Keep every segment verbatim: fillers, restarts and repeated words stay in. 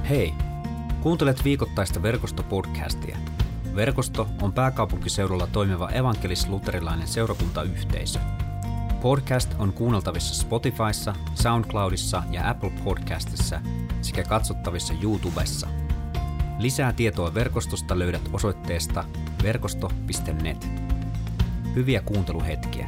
Hei! Kuuntelet viikoittaista Verkosto-podcastia. Verkosto on pääkaupunkiseudulla toimiva evankelis-luterilainen seurakuntayhteisö. Podcast on kuunneltavissa Spotifyssa, SoundCloudissa ja Apple Podcastissa sekä katsottavissa YouTubessa. Lisää tietoa verkostosta löydät osoitteesta verkosto piste net. Hyviä kuunteluhetkiä.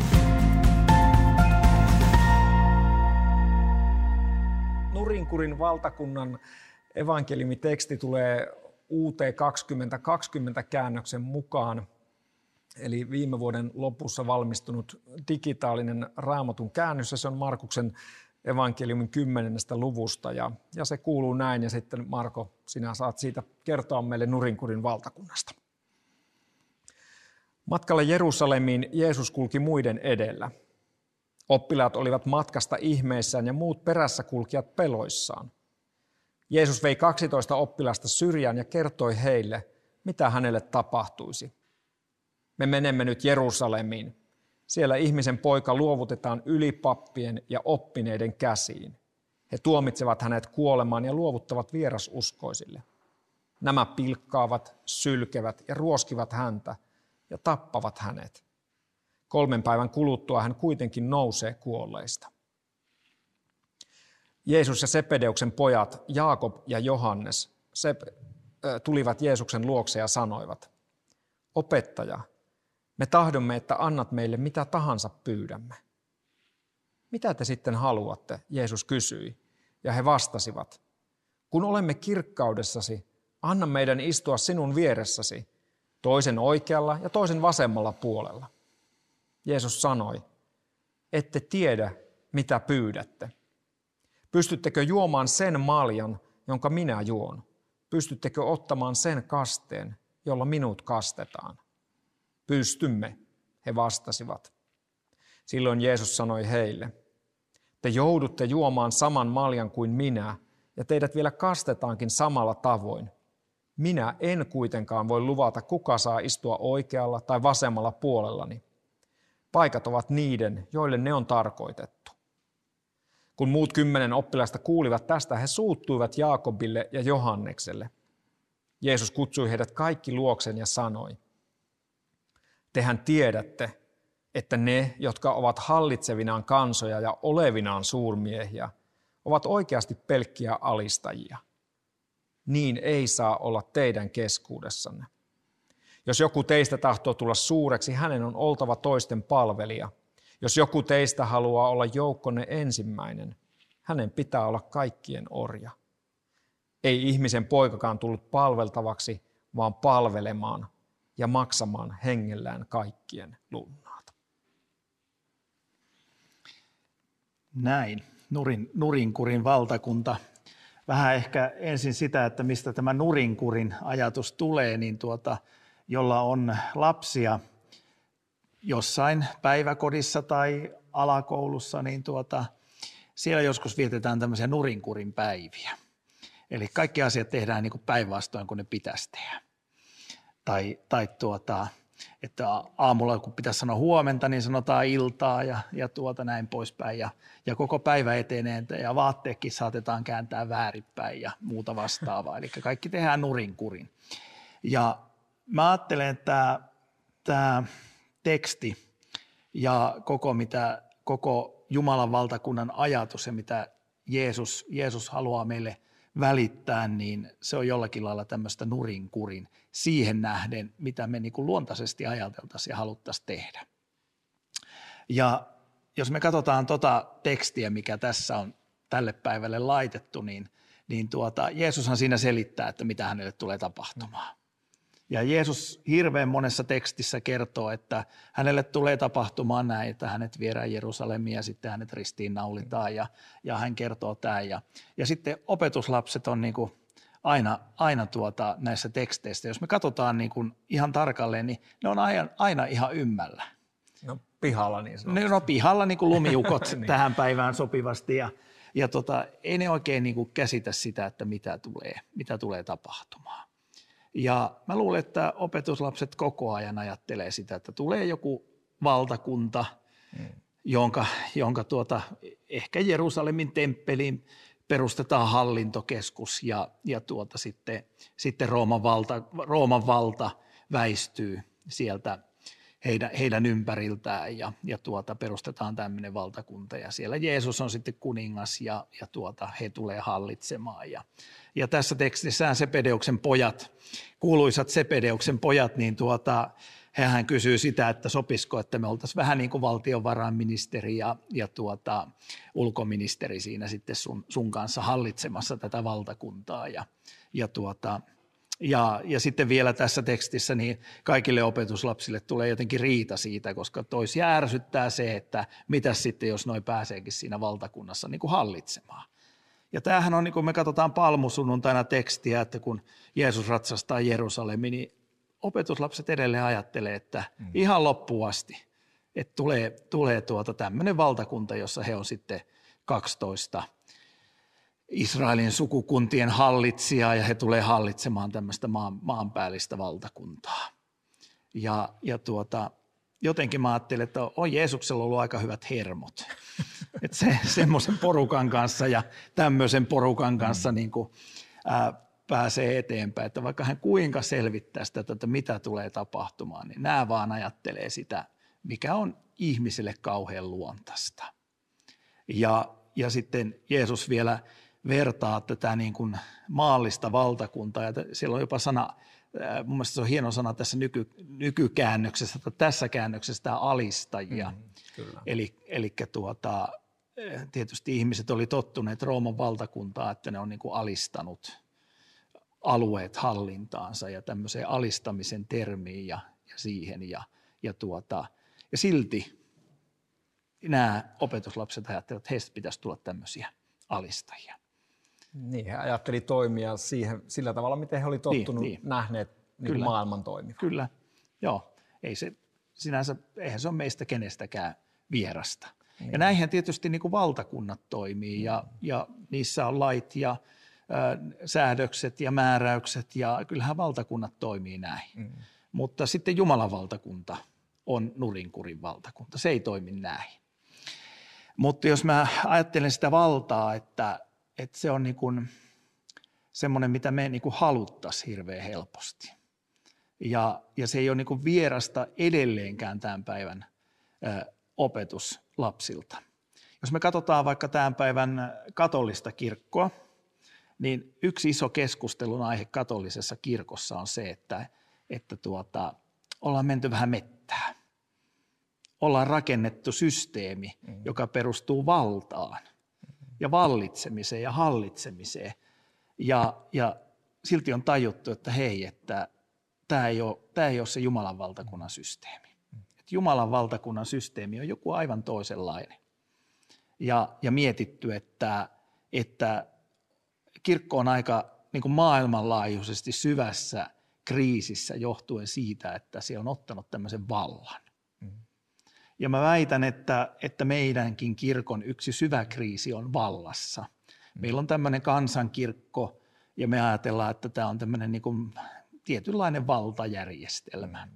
Nurinkurin valtakunnan evankeliumiteksti tulee U T kaksituhattakaksikymmentä-käännöksen mukaan, eli viime vuoden lopussa valmistunut digitaalinen Raamatun käännös, ja se on Markuksen evankeliumin kymmenennestä luvusta, ja, ja se kuuluu näin, ja sitten Marko, sinä saat siitä kertoa meille Nurinkurin valtakunnasta. Matkalla Jerusalemiin Jeesus kulki muiden edellä. Oppilaat olivat matkasta ihmeissään ja muut perässä kulkijat peloissaan. Jeesus vei kaksitoista oppilasta syrjään ja kertoi heille, mitä hänelle tapahtuisi. Me menemme nyt Jerusalemiin. Siellä ihmisen poika luovutetaan ylipappien ja oppineiden käsiin. He tuomitsevat hänet kuolemaan ja luovuttavat vierasuskoisille. Nämä pilkkaavat, sylkevät ja ruoskivat häntä ja tappavat hänet. Kolmen päivän kuluttua hän kuitenkin nousee kuolleista. Jeesus ja Sebedeuksen pojat Jaakob ja Johannes tulivat Jeesuksen luokse ja sanoivat, Opettaja, me tahdomme, että annat meille mitä tahansa pyydämme. Mitä te sitten haluatte, Jeesus kysyi, ja he vastasivat, kun olemme kirkkaudessasi, anna meidän istua sinun vieressäsi, toisen oikealla ja toisen vasemmalla puolella. Jeesus sanoi, ette tiedä, mitä pyydätte. Pystyttekö juomaan sen maljan, jonka minä juon? Pystyttekö ottamaan sen kasteen, jolla minut kastetaan? Pystymme, he vastasivat. Silloin Jeesus sanoi heille, te joudutte juomaan saman maljan kuin minä, ja teidät vielä kastetaankin samalla tavoin. Minä en kuitenkaan voi luvata, kuka saa istua oikealla tai vasemmalla puolellani. Paikat ovat niiden, joille ne on tarkoitettu. Kun muut kymmenen oppilasta kuulivat tästä, he suuttuivat Jaakobille ja Johannekselle. Jeesus kutsui heidät kaikki luoksen ja sanoi, tehän tiedätte, että ne, jotka ovat hallitsevinaan kansoja ja olevinaan suurmiehiä, ovat oikeasti pelkkiä alistajia. Niin ei saa olla teidän keskuudessanne. Jos joku teistä tahtoo tulla suureksi, hänen on oltava toisten palvelija. Jos joku teistä haluaa olla joukkonne ensimmäinen, hänen pitää olla kaikkien orja. Ei ihmisen poikakaan tullut palveltavaksi, vaan palvelemaan ja maksamaan hengellään kaikkien lunnaat. Näin, Nurin, Nurinkurin valtakunta. Vähän ehkä ensin sitä, että mistä tämä Nurinkurin ajatus tulee, niin tuota, jolla on lapsia jossain päiväkodissa tai alakoulussa, niin tuota, siellä joskus vietetään tämmöisiä nurinkurin päiviä. Eli kaikki asiat tehdään niin kuin päinvastoin kuin ne pitäisi tehdä. Tai, tai tuota, että aamulla kun pitäisi sanoa huomenta, niin sanotaan iltaa ja, ja tuota näin poispäin. Ja, ja koko päivä etenee ja vaatteetkin saatetaan kääntää väärinpäin ja muuta vastaavaa. Eli kaikki tehdään nurinkurin. Ja mä ajattelen, että tämä teksti ja koko, mitä, koko Jumalan valtakunnan ajatus ja mitä Jeesus, Jeesus haluaa meille välittää, niin se on jollakin lailla tämmöistä nurinkurin siihen nähden, mitä me niin kuin luontaisesti ajateltaisiin ja haluttaisiin tehdä. Ja jos me katsotaan tota tekstiä, mikä tässä on tälle päivälle laitettu, niin, niin tuota, Jeesushan siinä selittää, että mitä hänelle tulee tapahtumaan. Ja Jeesus hirveän monessa tekstissä kertoo, että hänelle tulee tapahtumaan näin, että hänet viedään Jerusalemiin ja sitten hänet ristiinnaulitaan ja, ja hän kertoo tämän. Ja, ja sitten opetuslapset on niin kuin aina, aina tuota näissä teksteistä. Jos me katsotaan niin kuin ihan tarkalleen, niin ne on aina, aina ihan ymmällä. No pihalla niin sanotusti. Ne on pihalla niin kuin lumiukot niin. Tähän päivään sopivasti ja, ja tota, ei ne oikein niin kuin käsitä sitä, että mitä tulee, mitä tulee tapahtumaan. Ja mä luulen, että opetuslapset koko ajan ajattelee sitä, että tulee joku valtakunta, mm. jonka, jonka tuota, ehkä Jerusalemin temppelin perustetaan hallintokeskus ja, ja tuota, sitten, sitten Rooman, valta, Rooman valta väistyy sieltä heidän, heidän ympäriltään ja, ja tuota, perustetaan tämmöinen valtakunta ja siellä Jeesus on sitten kuningas ja, ja tuota, he tulee hallitsemaan. Ja, ja tässä tekstissään Sebedeuksen pojat, kuuluisat Sebedeuksen pojat, niin tuota, hehän kysyy sitä, että sopisiko, että me oltaisiin vähän niin kuin valtiovarainministeri ja, ja tuota, ulkoministeri siinä sitten sun, sun kanssa hallitsemassa tätä valtakuntaa. Ja, ja, tuota, ja, ja sitten vielä tässä tekstissä niin kaikille opetuslapsille tulee jotenkin riita siitä, koska toisia ärsyttää se, että mitä sitten, jos noi pääseekin siinä valtakunnassa niin kuin hallitsemaan. Ja tämähän on, niin kun me katsotaan palmusunnuntaina tekstiä, että kun Jeesus ratsastaa Jerusalemiin, niin opetuslapset edelleen ajattelee, että mm. ihan loppuun asti, että tulee, tulee tuota tämmöinen valtakunta, jossa he on sitten kaksitoista Israelin sukukuntien hallitsijaa ja he tulee hallitsemaan tämmöistä maan, maanpäällistä valtakuntaa. Ja, ja tuota, jotenkin mä ajattelin, että on Jeesuksella ollut aika hyvät hermot. Että se, semmoisen porukan kanssa ja tämmöisen porukan kanssa mm. niin kuin, ää, pääsee eteenpäin, että vaikka hän kuinka selvittää sitä, että mitä tulee tapahtumaan, niin nämä vaan ajattelee sitä, mikä on ihmiselle kauhean luontaista. Ja, ja sitten Jeesus vielä vertaa tätä niin kuin maallista valtakuntaa, ja siellä on jopa sana, mun mielestä se on hieno sana tässä nyky, nykykäännöksessä, että tässä käännöksessä tämä alistajia. Mm, kyllä. Eli, eli tuota, tietysti ihmiset oli tottuneet Rooman valtakuntaa, että ne on niin kuin alistanut alueet hallintaansa ja tämmöiseen alistamisen termiin ja, ja siihen. Ja, ja, tuota, ja silti nämä opetuslapset ajattelevat, että heistä pitäisi tulla tämmöisiä alistajia. Niin, he ajatteli toimia siihen, sillä tavalla, miten he olivat tottunut niin, niin. nähneet niin maailman toimivan. Kyllä, joo. Ei se, sinänsä, eihän se ole meistä kenestäkään vierasta. Niin. Ja näinhän tietysti niin kuin valtakunnat toimii ja, ja niissä on lait ja säädökset ja määräykset ja kyllähän valtakunnat toimii näin. Mm. Mutta sitten Jumalan valtakunta on nurinkurin valtakunta. Se ei toimi näin. Mutta jos mä ajattelen sitä valtaa, että, että se on niin kuin semmoinen, mitä me niin kuin haluttaisiin hirveän helposti. Ja, ja se ei ole niin kuin vierasta edelleenkään tämän päivän ö, opetuslapsilta. Jos me katsotaan vaikka tämän päivän katolista kirkkoa, niin yksi iso keskustelun aihe katolisessa kirkossa on se, että, että tuota, ollaan menty vähän mettään. Ollaan rakennettu systeemi, mm. joka perustuu valtaan ja vallitsemiseen ja hallitsemiseen. Ja, ja silti on tajuttu, että hei, että tämä ei ole, tämä ei ole se Jumalan valtakunnan systeemi. Että Jumalan valtakunnan systeemi on joku aivan toisenlainen. Ja, ja mietitty, että, että kirkko on aika niin kuin maailmanlaajuisesti syvässä kriisissä johtuen siitä, että se on ottanut tämmöisen vallan. Mm. Ja mä väitän, että, että meidänkin kirkon yksi syvä kriisi on vallassa. Mm. Meillä on tämmöinen kansankirkko ja me ajatellaan, että tämä on tämmöinen niin kuin tietynlainen valtajärjestelmä. Mm.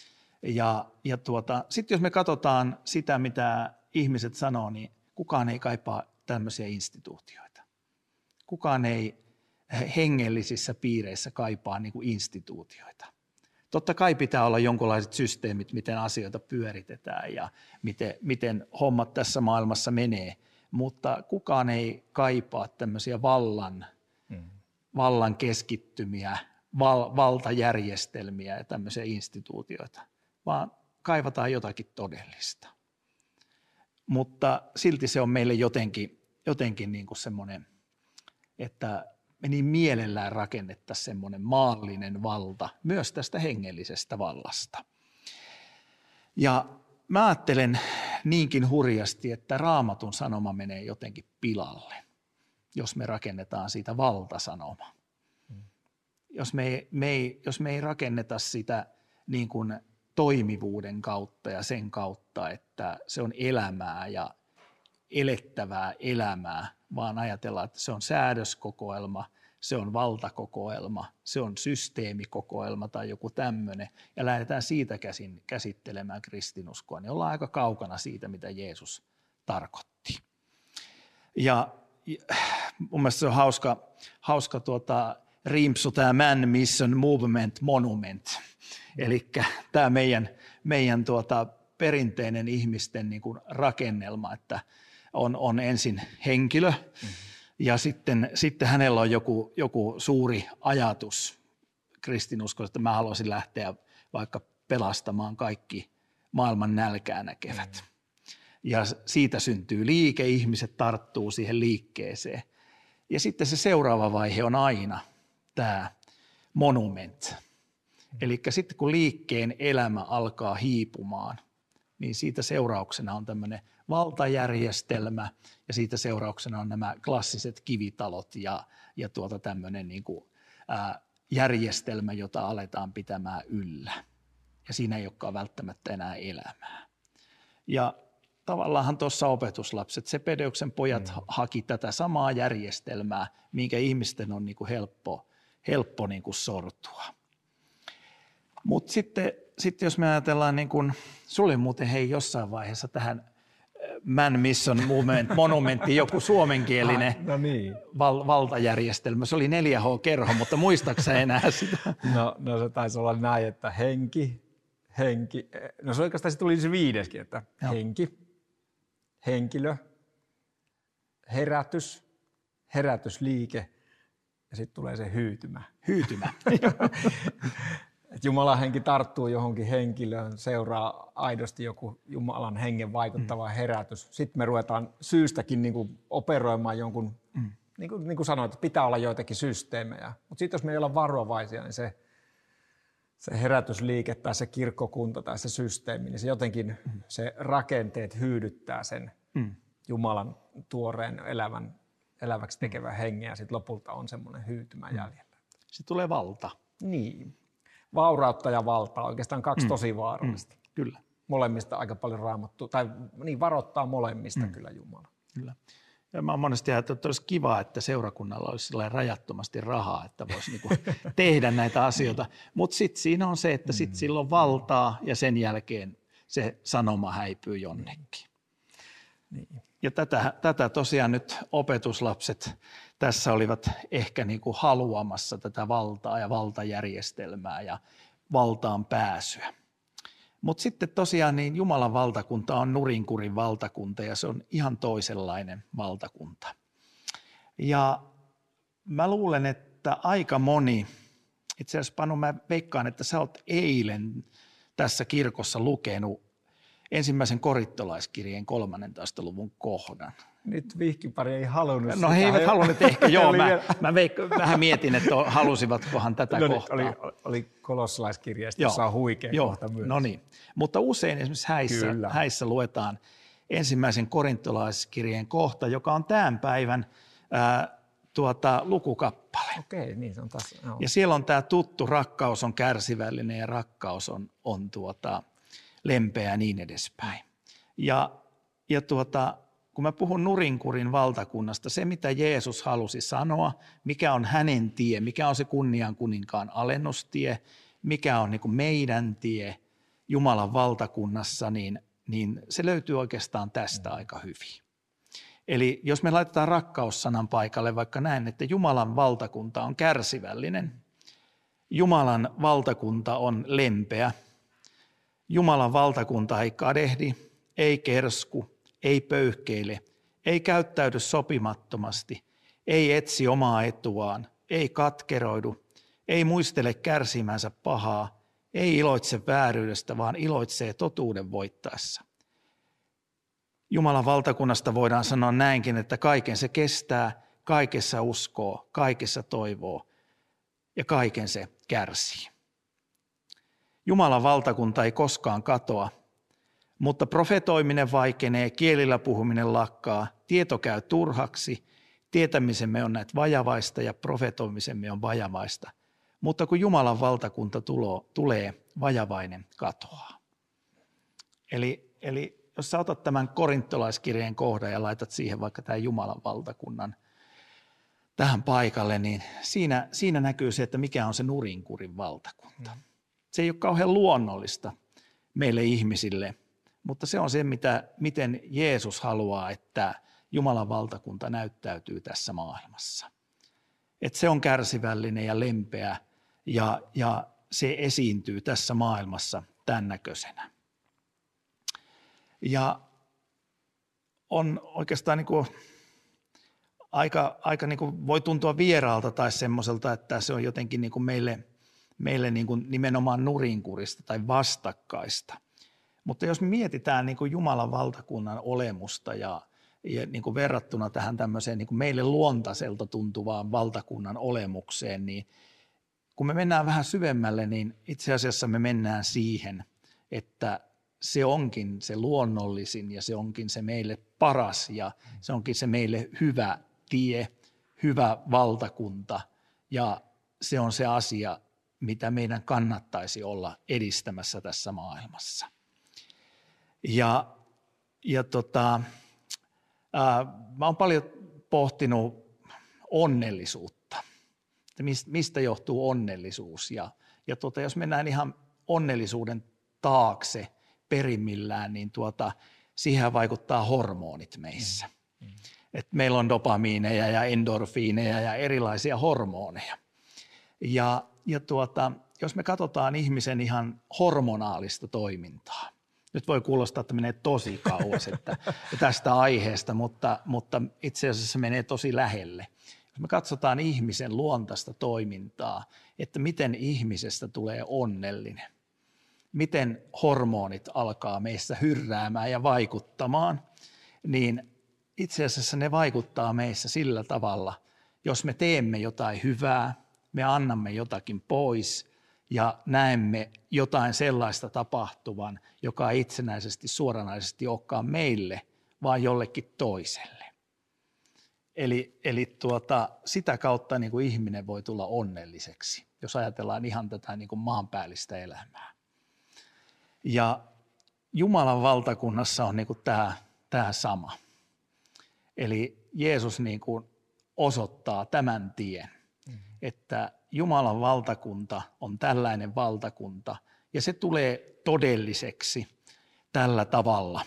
Ja, ja tuota, sitten jos me katsotaan sitä, mitä ihmiset sanoo, niin kukaan ei kaipaa tämmöisiä instituutioita. Kukaan ei hengellisissä piireissä kaipaa niin kuin instituutioita. Totta kai pitää olla jonkinlaiset systeemit, miten asioita pyöritetään ja miten, miten hommat tässä maailmassa menee, mutta kukaan ei kaipaa tämmöisiä vallan, mm. vallan keskittymiä, val, valtajärjestelmiä ja tämmöisiä instituutioita, vaan kaivataan jotakin todellista. Mutta silti se on meille jotenkin, jotenkin niin kuin semmoinen, että me niin mielellään rakennettaisiin semmoinen maallinen valta myös tästä hengellisestä vallasta. Ja mä ajattelen niinkin hurjasti, että Raamatun sanoma menee jotenkin pilalle, jos me rakennetaan siitä valtasanoma. Hmm. Jos me ei, me ei, jos me ei rakenneta sitä niin kuin toimivuuden kautta ja sen kautta, että se on elämää ja elettävää elämää, vaan ajatellaan, että se on säädöskokoelma, se on valtakokoelma, se on systeemikokoelma tai joku tämmöinen, ja lähdetään siitä käsin käsittelemään kristinuskoa, niin ollaan aika kaukana siitä, mitä Jeesus tarkoitti. Ja mun mielestä se on hauska, hauska tuota, rimpsu tämä Man Mission Movement Monument. Eli tämä meidän, meidän tuota, perinteinen ihmisten niin kuin rakennelma, että on, on ensin henkilö mm-hmm. ja sitten, sitten hänellä on joku, joku suuri ajatus kristinuskossa, että mä haluaisin lähteä vaikka pelastamaan kaikki maailman nälkää näkevät. Mm-hmm. Ja siitä syntyy liike, ihmiset tarttuu siihen liikkeeseen. Ja sitten se seuraava vaihe on aina tämä monument. Mm-hmm. Eli sitten kun liikkeen elämä alkaa hiipumaan, niin siitä seurauksena on tämmöinen valtajärjestelmä ja siitä seurauksena on nämä klassiset kivitalot ja, ja tuota tämmöinen niin kuin, ää, järjestelmä, jota aletaan pitämään yllä. Ja siinä ei olekaan välttämättä enää elämää. Ja tavallaan tuossa opetuslapset, Sebedeuksen pojat mm. haki tätä samaa järjestelmää, minkä ihmisten on niin kuin helppo, helppo niin kuin sortua. Mutta sitten, sitten jos me ajatellaan, niin kun, sulla muuten hei jossain vaiheessa tähän Man Mission Movement Monumentti joku suomenkielinen ah, no niin. val, valtajärjestelmä. Se oli neljä H-kerho, mutta muistaaksä enää sitä? No, no se taisi olla näin, että henki, henki, no se oikeastaan se tuli se viideskin, että Joo. henki, henkilö, herätys, herätysliike ja sitten tulee se hyytymä. Hyytymä. Että Jumalan henki tarttuu johonkin henkilöön, seuraa aidosti joku Jumalan hengen vaikuttava mm. herätys. Sitten me ruvetaan syystäkin niin kuin operoimaan jonkun, mm. niin, kuin, niin kuin sanoit, että pitää olla joitakin systeemejä. Mutta sitten jos me ei olla varovaisia, niin se, se herätysliike tai se kirkkokunta tai se systeemi, niin se jotenkin mm. se rakenteet hyydyttää sen mm. Jumalan tuoreen elävän, eläväksi tekevän hengen ja sitten lopulta on semmoinen hyytymä jäljellä. Sitten tulee valta. Niin. Vaurautta ja valtaa, oikeastaan kaksi mm. tosi vaarallista. Mm. Kyllä. Molemmista aika paljon raamattu, tai niin varoittaa molemmista mm. kyllä Jumala. Kyllä. Ja mä oon monesti ajatellut, että olisi kiva, että seurakunnalla olisi rajattomasti rahaa, että voisi niinku tehdä näitä asioita. Mutta sitten siinä on se, että sit mm. sillä on valtaa ja sen jälkeen se sanoma häipyy jonnekin. Niin. Ja tätä, tätä tosiaan nyt opetuslapset tässä olivat ehkä niin kuin haluamassa tätä valtaa ja valtajärjestelmää ja valtaan pääsyä. Mutta sitten tosiaan niin Jumalan valtakunta on nurinkurin valtakunta ja se on ihan toisenlainen valtakunta. Ja mä luulen, että aika moni, itse asiassa Panu mä veikkaan, että sä oot eilen tässä kirkossa lukenut ensimmäisen korintolaiskirjeen kolmannentoista luvun kohdan. Nyt vihkipari ei halunnut No he eivät halunneet ehkä, joo. Mä, mä veik- vähän mietin, että halusivatkohan tätä no, kohtaa. Oli, oli kolossalaiskirjeestä, jossa on huikea joo, kohta myös. No niin, mutta usein esimerkiksi häissä, häissä luetaan ensimmäisen korintolaiskirjeen kohta, joka on tämän päivän ää, tuota, lukukappale. Okei, niin se on taas. No. Ja siellä on tämä tuttu, rakkaus on kärsivällinen ja rakkaus on, on tuota, lempeä ja niin edespäin. Ja, ja tuota, kun mä puhun nurinkurin valtakunnasta, se mitä Jeesus halusi sanoa, mikä on hänen tie, mikä on se kunnian kuninkaan alennustie, mikä on niin kuin meidän tie Jumalan valtakunnassa, niin, niin se löytyy oikeastaan tästä aika hyvin. Eli jos me laitetaan rakkaussanan paikalle vaikka näin, että Jumalan valtakunta on kärsivällinen, Jumalan valtakunta on lempeä, Jumalan valtakunta ei kadehdi, ei kersku, ei pöyhkeile, ei käyttäydy sopimattomasti, ei etsi omaa etuaan, ei katkeroidu, ei muistele kärsimänsä pahaa, ei iloitse vääryydestä, vaan iloitsee totuuden voittaessa. Jumalan valtakunnasta voidaan sanoa näinkin, että kaiken se kestää, kaikessa uskoo, kaikessa toivoo ja kaiken se kärsii. Jumalan valtakunta ei koskaan katoa, mutta profetoiminen vaikenee, kielillä puhuminen lakkaa, tieto käy turhaksi, tietämisemme on näet vajavaista ja profetoimisemme on vajavaista. Mutta kun Jumalan valtakunta tulo, tulee, vajavainen katoaa. Eli, eli jos sä otat tämän korintolaiskirjeen kohdan ja laitat siihen vaikka tämän Jumalan valtakunnan tähän paikalle, niin siinä, siinä näkyy se, että mikä on se nurinkurin valtakunta. Mm. Se ei ole kauhean luonnollista meille ihmisille, mutta se on se, mitä, miten Jeesus haluaa, että Jumalan valtakunta näyttäytyy tässä maailmassa. Että se on kärsivällinen ja lempeä ja, ja se esiintyy tässä maailmassa tämän näköisenä. Ja on oikeastaan niin kuin aika, aika niin kuin voi tuntua vieraalta tai semmoiselta, että se on jotenkin niin kuin meille, meille niin kuin nimenomaan nurinkurista tai vastakkaista. Mutta jos me mietitään niin kuin Jumalan valtakunnan olemusta ja, ja niin kuin verrattuna tähän tämmöiseen niin kuin meille luontaiselta tuntuvaan valtakunnan olemukseen, niin kun me mennään vähän syvemmälle, niin itse asiassa me mennään siihen, että se onkin se luonnollisin ja se onkin se meille paras ja se onkin se meille hyvä tie, hyvä valtakunta ja se on se asia, mitä meidän kannattaisi olla edistämässä tässä maailmassa. Ja, ja tota, ää, mä oon paljon pohtinut onnellisuutta, että mistä johtuu onnellisuus ja, ja tota, jos mennään ihan onnellisuuden taakse perimmillään, niin tuota, siihen vaikuttaa hormonit meissä. Mm. Et meillä on dopamiineja ja endorfiineja ja erilaisia hormoneja. Ja, ja tuota, jos me katsotaan ihmisen ihan hormonaalista toimintaa, nyt voi kuulostaa, että menee tosi kauas että tästä aiheesta, mutta, mutta itse asiassa se menee tosi lähelle. Jos me katsotaan ihmisen luontaista toimintaa, että miten ihmisestä tulee onnellinen, miten hormonit alkaa meissä hyrräämään ja vaikuttamaan, niin itse asiassa ne vaikuttaa meissä sillä tavalla, jos me teemme jotain hyvää, me annamme jotakin pois ja näemme jotain sellaista tapahtuvan, joka ei itsenäisesti suoranaisesti olekaan meille, vaan jollekin toiselle. Eli, eli tuota, sitä kautta niin kuin ihminen voi tulla onnelliseksi, jos ajatellaan ihan tätä niin kuin maanpäällistä elämää. Ja Jumalan valtakunnassa on niin kuin tämä, tämä sama. Eli Jeesus niin kuin osoittaa tämän tien, mm-hmm. että Jumalan valtakunta on tällainen valtakunta ja se tulee todelliseksi tällä tavalla.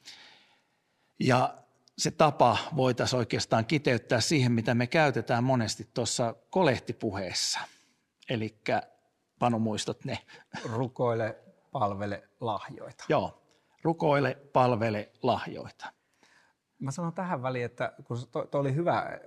Ja se tapa voitaisiin oikeastaan kiteyttää siihen, mitä me käytetään monesti tuossa kolehtipuheessa. Eli Panu, muistat ne. Rukoile, palvele, lahjoita. Joo, rukoile, palvele, lahjoita. Mä sanon tähän väliin, että kun toi, toi oli hyvä,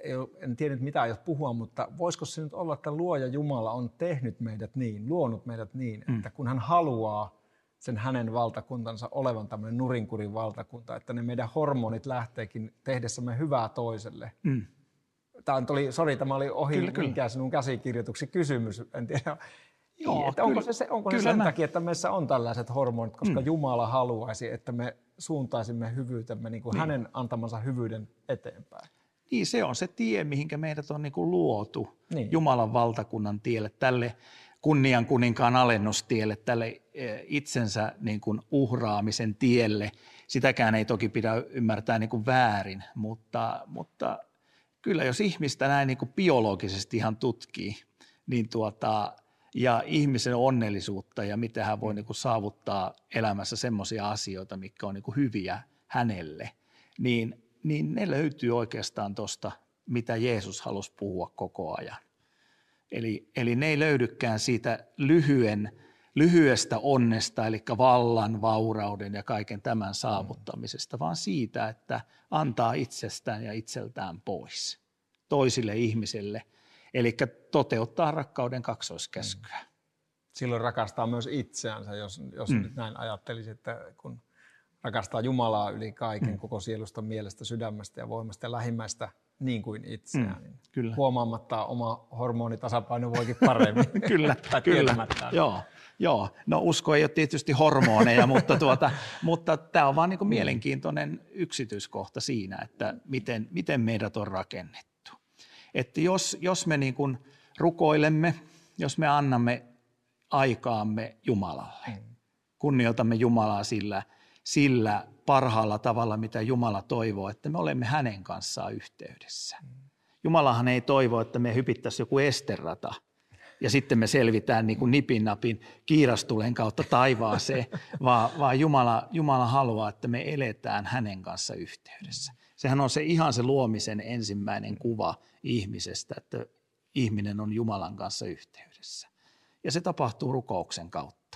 en tiedä mitä aiot puhua, mutta voisiko se nyt olla, että luoja Jumala on tehnyt meidät niin, luonut meidät niin, mm. että kun hän haluaa sen hänen valtakuntansa olevan tämmöinen nurinkurin valtakunta, että ne meidän hormonit lähteekin tehdessämme hyvää toiselle. Mm. Tämä oli, sori, tämä oli ohi kyllä, minkään kyllä. sinun käsikirjoituksi kysymys, en tiedä. Joo, että onko se, onko se sen mä... takia, että meissä on tällaiset hormonit, koska mm. Jumala haluaisi, että me suuntaisimme hyvyytemme niin kuin niin. hänen antamansa hyvyyden eteenpäin. Niin, se on se tie, mihinkä meidät on niin kuin luotu niin. Jumalan valtakunnan tielle, tälle kunnian kuninkaan alennustielle, tälle itsensä niin kuin uhraamisen tielle. Sitäkään ei toki pidä ymmärtää niin kuin väärin, mutta, mutta kyllä jos ihmistä näin niin kuin biologisesti ihan tutkii, niin tuota... ja ihmisen onnellisuutta ja mitä hän voi niin kuin saavuttaa elämässä semmoisia asioita, mitkä on niin kuin hyviä hänelle, niin, niin ne löytyy oikeastaan tuosta, mitä Jeesus halusi puhua koko ajan. Eli, eli ne ei löydykään siitä lyhyen, lyhyestä onnesta, eli vallan, vaurauden ja kaiken tämän saavuttamisesta, vaan siitä, että antaa itsestään ja itseltään pois toisille ihmisille. Eli toteuttaa rakkauden kaksoiskäskyä. Silloin rakastaa myös itseänsä, jos, jos mm. nyt näin ajattelisi, että kun rakastaa Jumalaa yli kaiken, mm. koko sielusta, mielestä, sydämestä ja voimasta ja lähimmäistä niin kuin itseään, mm. niin kyllä. huomaamatta oma hormonitasapaino voikin paremmin. kyllä, kyllä. Joo, joo. No usko ei ole tietysti hormoneja, mutta, tuota, mutta tämä on vaan niin kuin mielenkiintoinen yksityiskohta siinä, että miten, miten meidät on rakennettu. Että jos, jos me niin kuin rukoilemme, jos me annamme aikaamme Jumalalle, mm. kunnioitamme Jumalaa sillä, sillä parhaalla tavalla, mitä Jumala toivoo, että me olemme hänen kanssaan yhteydessä. Mm. Jumalahan ei toivo, että me hypittäisiin joku esterata ja sitten me selvitään niin kuin nipin napin kiirastulen kautta taivaaseen, vaan, vaan Jumala, Jumala haluaa, että me eletään hänen kanssa yhteydessä. Sehän on se ihan se luomisen ensimmäinen kuva ihmisestä, että ihminen on Jumalan kanssa yhteydessä. Ja se tapahtuu rukouksen kautta.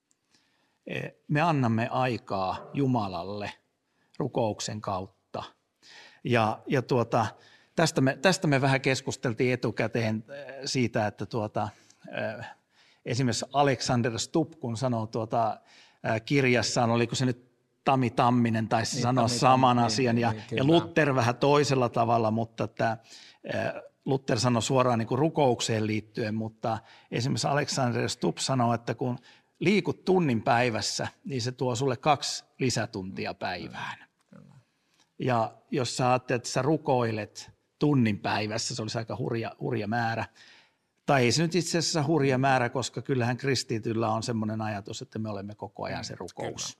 Me annamme aikaa Jumalalle rukouksen kautta. Ja, ja tuota, tästä, me, tästä me vähän keskusteltiin etukäteen siitä, että tuota, esimerkiksi Alexander Stubb, kun sanoo tuota, kirjassaan, oliko se nyt Tami Tamminen taisi niin, sanoa Tami, saman niin, asian, ja, niin, ja Luther vähän toisella tavalla, mutta että, Luther sanoi suoraan niin kuin rukoukseen liittyen, mutta esimerkiksi Alexander Stubb sanoo, että kun liikut tunnin päivässä, niin se tuo sulle kaksi lisätuntia päivään. Ja jos sä ajattelet, että sä rukoilet tunnin päivässä, se olisi aika hurja, hurja määrä. Tai ei se nyt itse asiassa hurja määrä, koska kyllähän kristityllä on semmoinen ajatus, että me olemme koko ajan se rukous.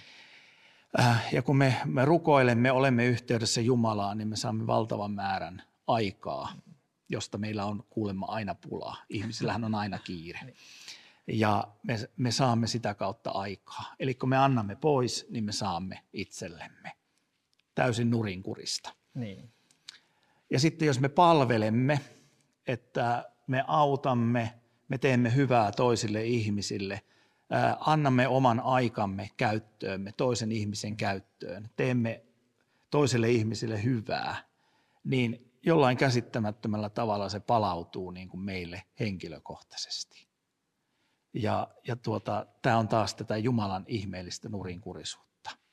Ja kun me, me rukoilemme, olemme yhteydessä Jumalaan, niin me saamme valtavan määrän aikaa, josta meillä on kuulemma aina pulaa. Ihmisillähän on aina kiire. Ja me, me saamme sitä kautta aikaa. Eli kun me annamme pois, niin me saamme itsellemme. Täysin nurinkurista. Niin. Ja sitten jos me palvelemme, että me autamme, me teemme hyvää toisille ihmisille, ää, annamme oman aikamme käyttöömme, toisen ihmisen käyttöön, teemme toiselle ihmisille hyvää, niin jollain käsittämättömällä tavalla se palautuu niin kuin meille henkilökohtaisesti. Ja, ja tuota, tämä on taas tätä Jumalan ihmeellistä nurinkurisuutta.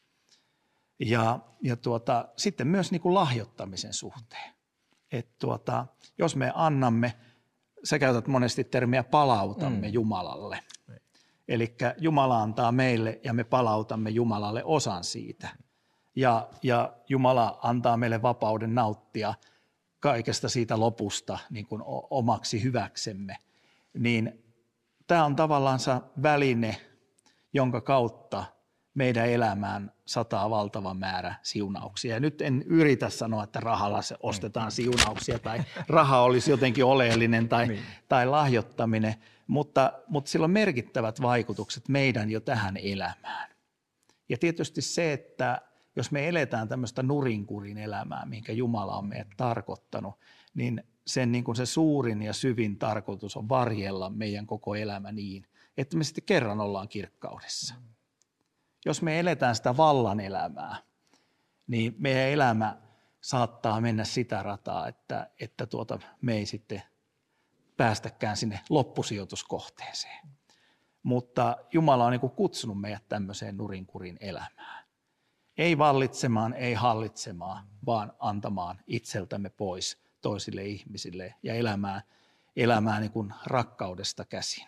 Ja, ja tuota, sitten myös niin kuin lahjoittamisen suhteen. Et tuota, jos me annamme, sä käytät monesti termiä palautamme mm. Jumalalle. Eli Jumala antaa meille ja me palautamme Jumalalle osan siitä. Ja, ja Jumala antaa meille vapauden nauttia kaikesta siitä lopusta niin kuin omaksi hyväksemme. Niin tämä on tavallaan väline, jonka kautta meidän elämään sataa valtava määrä siunauksia. Ja nyt en yritä sanoa, että rahalla se ostetaan siunauksia tai raha olisi jotenkin oleellinen tai, niin. tai lahjoittaminen, mutta, mutta sillä on merkittävät vaikutukset meidän jo tähän elämään. Ja tietysti se, että jos me eletään tämmöistä nurinkurin elämää, minkä Jumala on meidät tarkoittanut, niin sen niin kuin se suurin ja syvin tarkoitus on varjella meidän koko elämä niin, että me sitten kerran ollaan kirkkaudessa. Jos me eletään sitä vallan elämää, niin meidän elämä saattaa mennä sitä rataa, että, että tuota, me ei sitten päästäkään sinne loppusijoituskohteeseen. Mutta Jumala on niin kuin kutsunut meidät tämmöiseen nurinkurin elämään. Ei vallitsemaan, ei hallitsemaan, vaan antamaan itseltämme pois toisille ihmisille ja elämään, elämään niin kuin rakkaudesta käsin.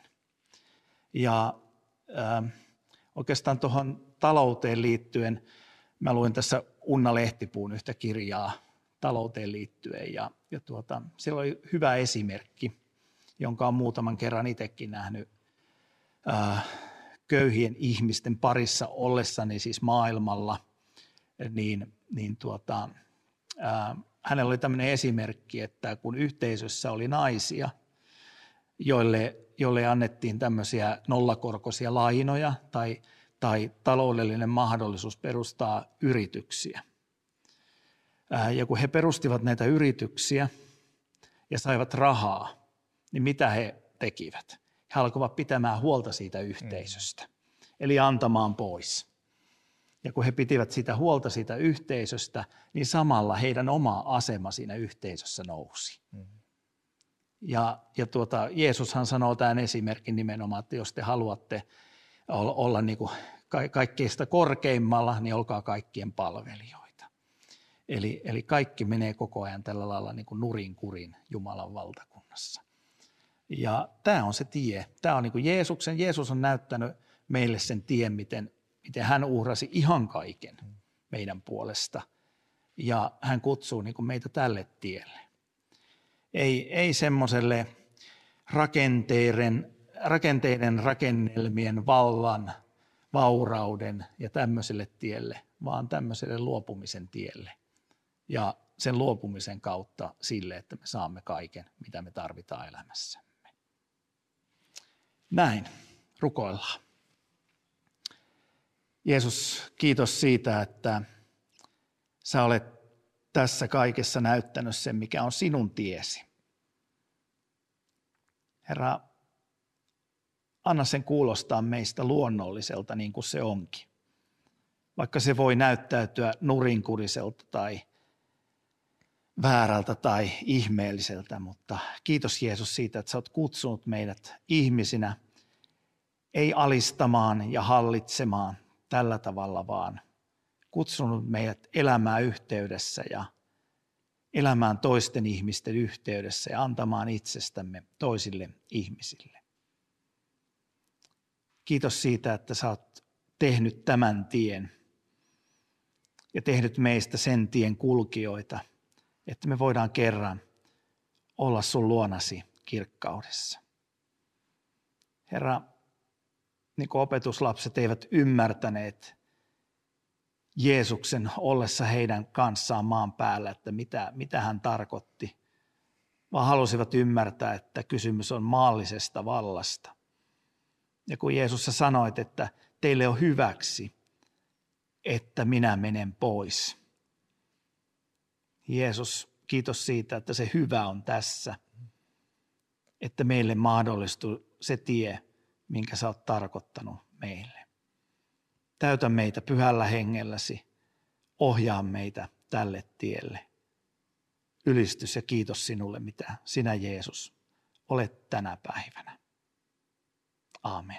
Ja äh, oikeastaan tuohon talouteen liittyen, mä luin tässä Unna Lehtipuun yhtä kirjaa talouteen liittyen ja, ja tuota, siellä oli hyvä esimerkki, jonka on muutaman kerran itsekin nähnyt äh, köyhien ihmisten parissa ollessani siis maailmalla, niin, niin tuota, äh, hänellä oli tämmöinen esimerkki, että kun yhteisössä oli naisia, joille, joille annettiin tämmöisiä nollakorkoisia lainoja tai, tai taloudellinen mahdollisuus perustaa yrityksiä. Äh, ja kun he perustivat näitä yrityksiä ja saivat rahaa, niin mitä he tekivät? He alkoivat pitämään huolta siitä yhteisöstä, mm. eli antamaan pois. Ja kun he pitivät sitä huolta siitä yhteisöstä, niin samalla heidän oma asema siinä yhteisössä nousi. Mm. Ja, ja tuota, Jeesushan sanoo tämän esimerkin nimenomaan, että jos te haluatte olla, olla niin kuin kaikkeista korkeimmalla, niin olkaa kaikkien palvelijoita. Eli, eli kaikki menee koko ajan tällä lailla niin kuin nurin kurin Jumalan valtakunnassa. Ja tämä on se tie. Tämä on niin kuin Jeesuksen. Jeesus on näyttänyt meille sen tien, miten, miten hän uhrasi ihan kaiken meidän puolesta. Ja hän kutsuu niin kuin meitä tälle tielle. Ei, ei semmoiselle rakenteiden, rakenteiden, rakennelmien, vallan, vaurauden ja tämmöiselle tielle, vaan tämmöiselle luopumisen tielle. Ja sen luopumisen kautta sille, että me saamme kaiken, mitä me tarvitaan elämässämme. Näin, rukoillaan. Jeesus, kiitos siitä, että sä olet tässä kaikessa näyttänyt sen, mikä on sinun tiesi. Herra, anna sen kuulostaa meistä luonnolliselta niin kuin se onkin. Vaikka se voi näyttäytyä nurinkuriselta tai väärältä tai ihmeelliseltä, mutta kiitos Jeesus siitä, että sä oot kutsunut meidät ihmisinä ei alistamaan ja hallitsemaan tällä tavalla, vaan kutsunut meidät elämään yhteydessä ja elämään toisten ihmisten yhteydessä ja antamaan itsestämme toisille ihmisille. Kiitos siitä, että sä oot tehnyt tämän tien ja tehnyt meistä sen tien kulkijoita, että me voidaan kerran olla sun luonasi kirkkaudessa. Herra, niin kuin opetuslapset eivät ymmärtäneet Jeesuksen ollessa heidän kanssaan maan päällä, että mitä, mitä hän tarkoitti, vaan halusivat ymmärtää, että kysymys on maallisesta vallasta. Ja kun Jeesus sä sanoit, että teille on hyväksi, että minä menen pois. Jeesus, kiitos siitä, että se hyvä on tässä, että meille mahdollistuu se tie, minkä sä oot tarkoittanut meille. Täytä meitä pyhällä hengelläsi, ohjaa meitä tälle tielle. Ylistys ja kiitos sinulle, mitä sinä Jeesus olet tänä päivänä. Aamen.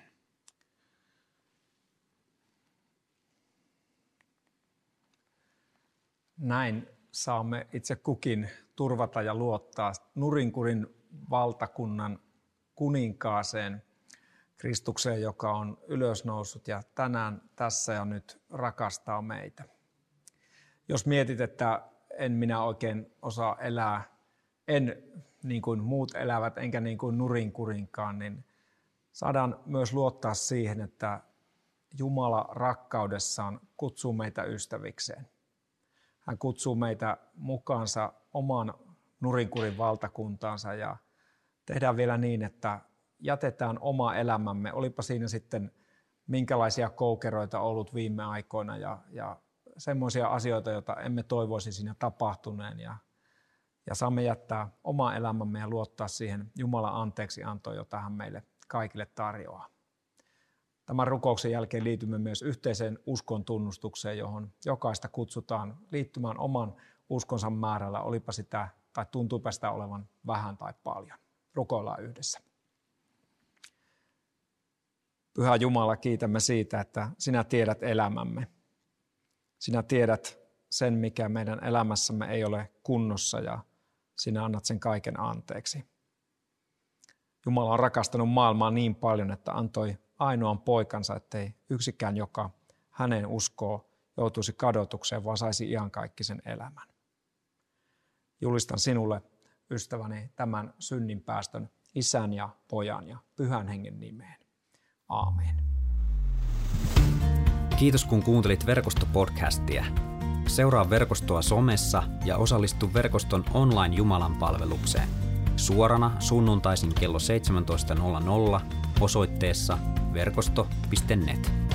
Näin saamme itse kukin turvata ja luottaa nurinkurin valtakunnan kuninkaaseen, Kristukseen, joka on ylösnoussut ja tänään tässä ja nyt rakastaa meitä. Jos mietit, että en minä oikein osaa elää, en niin kuin muut elävät, enkä niin kuin nurinkurinkaan, niin saadaan myös luottaa siihen, että Jumala rakkaudessaan kutsuu meitä ystävikseen. Hän kutsuu meitä mukaansa oman nurinkurin valtakuntaansa ja tehdään vielä niin, että jätetään oma elämämme, olipa siinä sitten minkälaisia koukeroita ollut viime aikoina ja, ja semmoisia asioita, joita emme toivoisi siinä tapahtuneen ja, ja saamme jättää oma elämämme ja luottaa siihen Jumalan anteeksiantoon, jota hän meille kaikille tarjoaa. Tämän rukouksen jälkeen liitymme myös yhteiseen uskon tunnustukseen, johon jokaista kutsutaan liittymään oman uskonsa määrällä, olipa sitä tai tuntuupa sitä olevan vähän tai paljon. Rukoillaan yhdessä. Pyhä Jumala, kiitämme siitä, että sinä tiedät elämämme. Sinä tiedät sen, mikä meidän elämässämme ei ole kunnossa ja sinä annat sen kaiken anteeksi. Jumala on rakastanut maailmaa niin paljon, että antoi ainoan poikansa, ettei yksikään, joka hänen uskoo, joutuisi kadotukseen, vaan saisi iankaikkisen elämän. Julistan sinulle, ystäväni, tämän synninpäästön Isän ja Pojan ja Pyhän Hengen nimeen. Aamen. Kiitos kun kuuntelit Verkosto-podcastia. Seuraa Verkostoa somessa ja osallistu Verkoston online Jumalan palvelukseen. Suorana sunnuntaisin kello seitsemäntoista nolla nolla osoitteessa verkosto piste net.